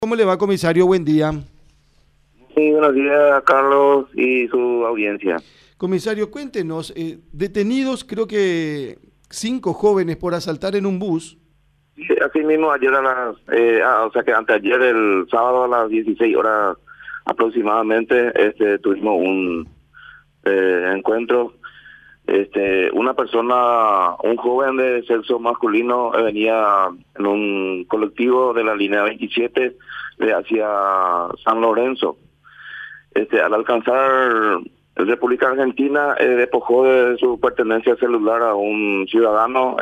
¿Cómo le va, comisario? Buen día. Sí, buenos días, Carlos y su audiencia. Comisario, cuéntenos, detenidos creo que 5 jóvenes por asaltar en un bus. Sí, así mismo ayer o sea que anteayer, el sábado a las 16 horas aproximadamente, tuvimos un encuentro. Una persona, un joven de sexo masculino, venía en un colectivo de la línea 27 hacia San Lorenzo. Al alcanzar República Argentina, despojó de su pertenencia celular a un ciudadano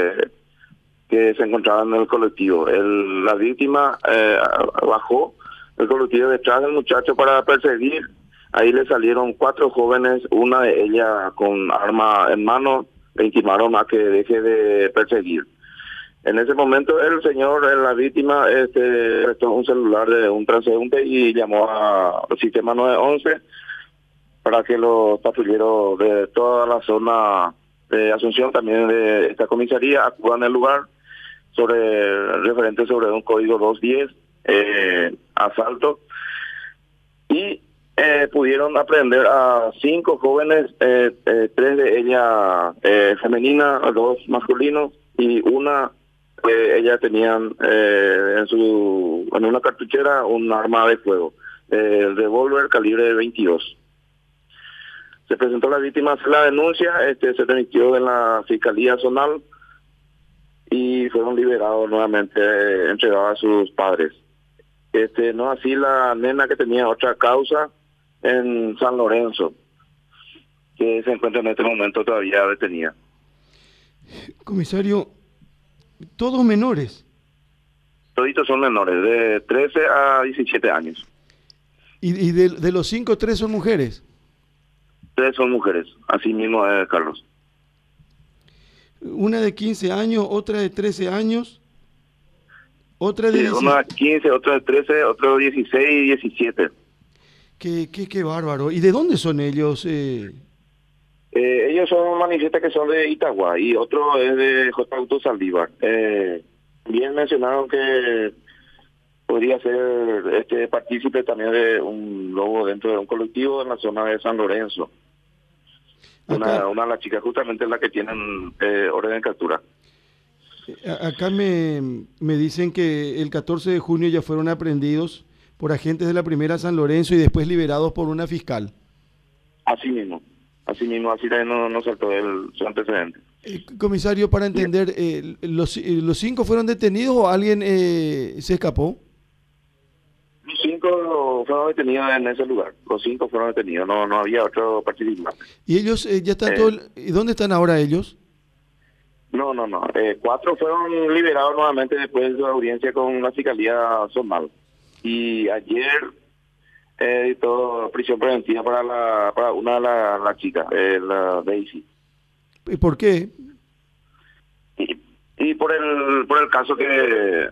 que se encontraba en el colectivo. La víctima bajó el colectivo detrás del muchacho para perseguir. Ahí le salieron 4 jóvenes, una de ellas con arma en mano, le intimaron a que deje de perseguir. En ese momento la víctima, prestó un celular de un transeúnte y llamó al sistema 911 para que los patrulleros de toda la zona de Asunción, también de esta comisaría, acudan al lugar referente sobre un código 210, asalto, y pudieron aprehender a 5 jóvenes, 3 de ellas femeninas, 2 masculinos y una. Ellas tenían en una cartuchera un arma de fuego, el revólver calibre 22. Se presentó la víctima, hace la denuncia, se remitió en la Fiscalía Zonal y fueron liberados nuevamente, entregados a sus padres. No así la nena, que tenía otra causa en San Lorenzo, que se encuentra en este momento todavía detenida. Comisario, todos menores. Toditos son menores, de 13 a 17 años. Y de los 5, 3 son mujeres. 3 son mujeres, así mismo, Carlos. Una de 15 años, otra de 13 años, otra de Sí, 17. una de 15, otra de 13, otro de 16 y 17. Qué bárbaro. ¿Y de dónde son ellos? Ellos son manifiestas que son de Itagua y otro es de J. Auto Saldívar. Bien mencionaron que podría ser partícipe también de un robo dentro de un colectivo en la zona de San Lorenzo. Una de las chicas justamente la que tienen orden de captura. Acá me dicen que el 14 de junio ya fueron aprehendidos por agentes de la primera San Lorenzo y después liberados por una fiscal. Así mismo, así también no saltó su antecedente. Comisario, para entender, ¿los 5 fueron detenidos o alguien se escapó? Los 5 fueron detenidos en ese lugar. Los 5 fueron detenidos, no había otro participante. ¿Y ellos ya están ¿y dónde están ahora ellos? No. 4 fueron liberados nuevamente después de su audiencia con la Fiscalía Zonal. Y ayer dictó prisión preventiva para una de las chicas, la Daisy. ¿Y por qué? Y por el caso que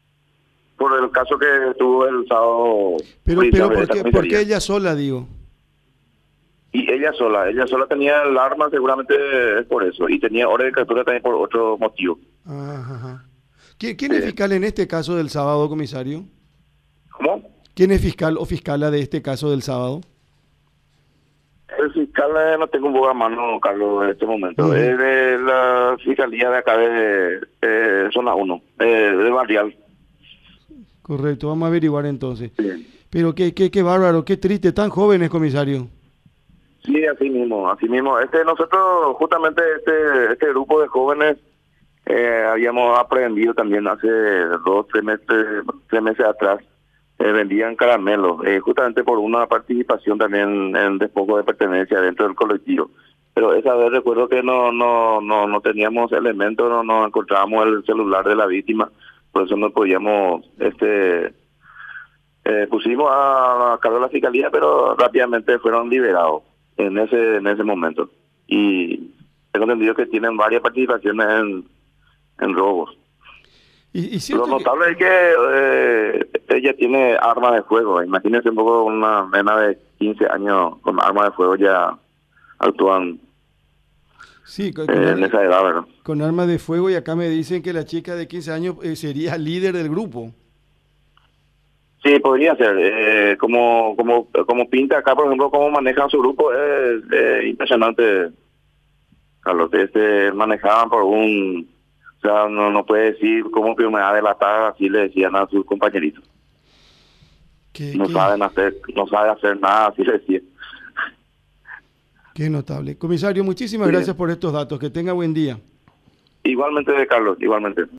tuvo el sábado. Pero ¿por qué ella sola, digo? Y ella sola tenía el arma, seguramente es por eso, y tenía orden de captura también por otro motivo. Ajá. ¿Quién es fiscal en este caso del sábado, comisario? ¿Cómo? ¿Quién es fiscal o fiscala de este caso del sábado? El fiscal no tengo un poco a mano, Carlos, en este momento. Es de la fiscalía de acá de zona 1, de Barrial. Correcto, vamos a averiguar entonces. Bien. Pero qué bárbaro, qué triste, tan jóvenes, comisario. Sí, así mismo. Nosotros, justamente este grupo de jóvenes, habíamos aprendido también hace 2, 3 meses atrás. Vendían caramelos, justamente por una participación también en despojo de pertenencia dentro del colectivo. Pero esa vez recuerdo que no teníamos elementos, no encontrábamos el celular de la víctima, por eso no podíamos, pusimos a cargo de la fiscalía, pero rápidamente fueron liberados en ese momento. Y tengo entendido que tienen varias participaciones en robos. Lo notable es que ella tiene arma de fuego. Imagínense un poco, una nena de 15 años con arma de fuego ya actúan. Sí, en esa edad, ¿verdad? Con arma de fuego, y acá me dicen que la chica de 15 años sería líder del grupo. Sí, podría ser. Como pinta acá, por ejemplo, cómo manejan su grupo, es impresionante, Carlos. Manejaban por o sea, no puede decir cómo que me va a delatar, así le decían a sus compañeritos. No saben hacer nada, así le decían. Qué notable. Comisario, muchísimas gracias por estos datos. Que tenga buen día. Igualmente, Carlos, igualmente.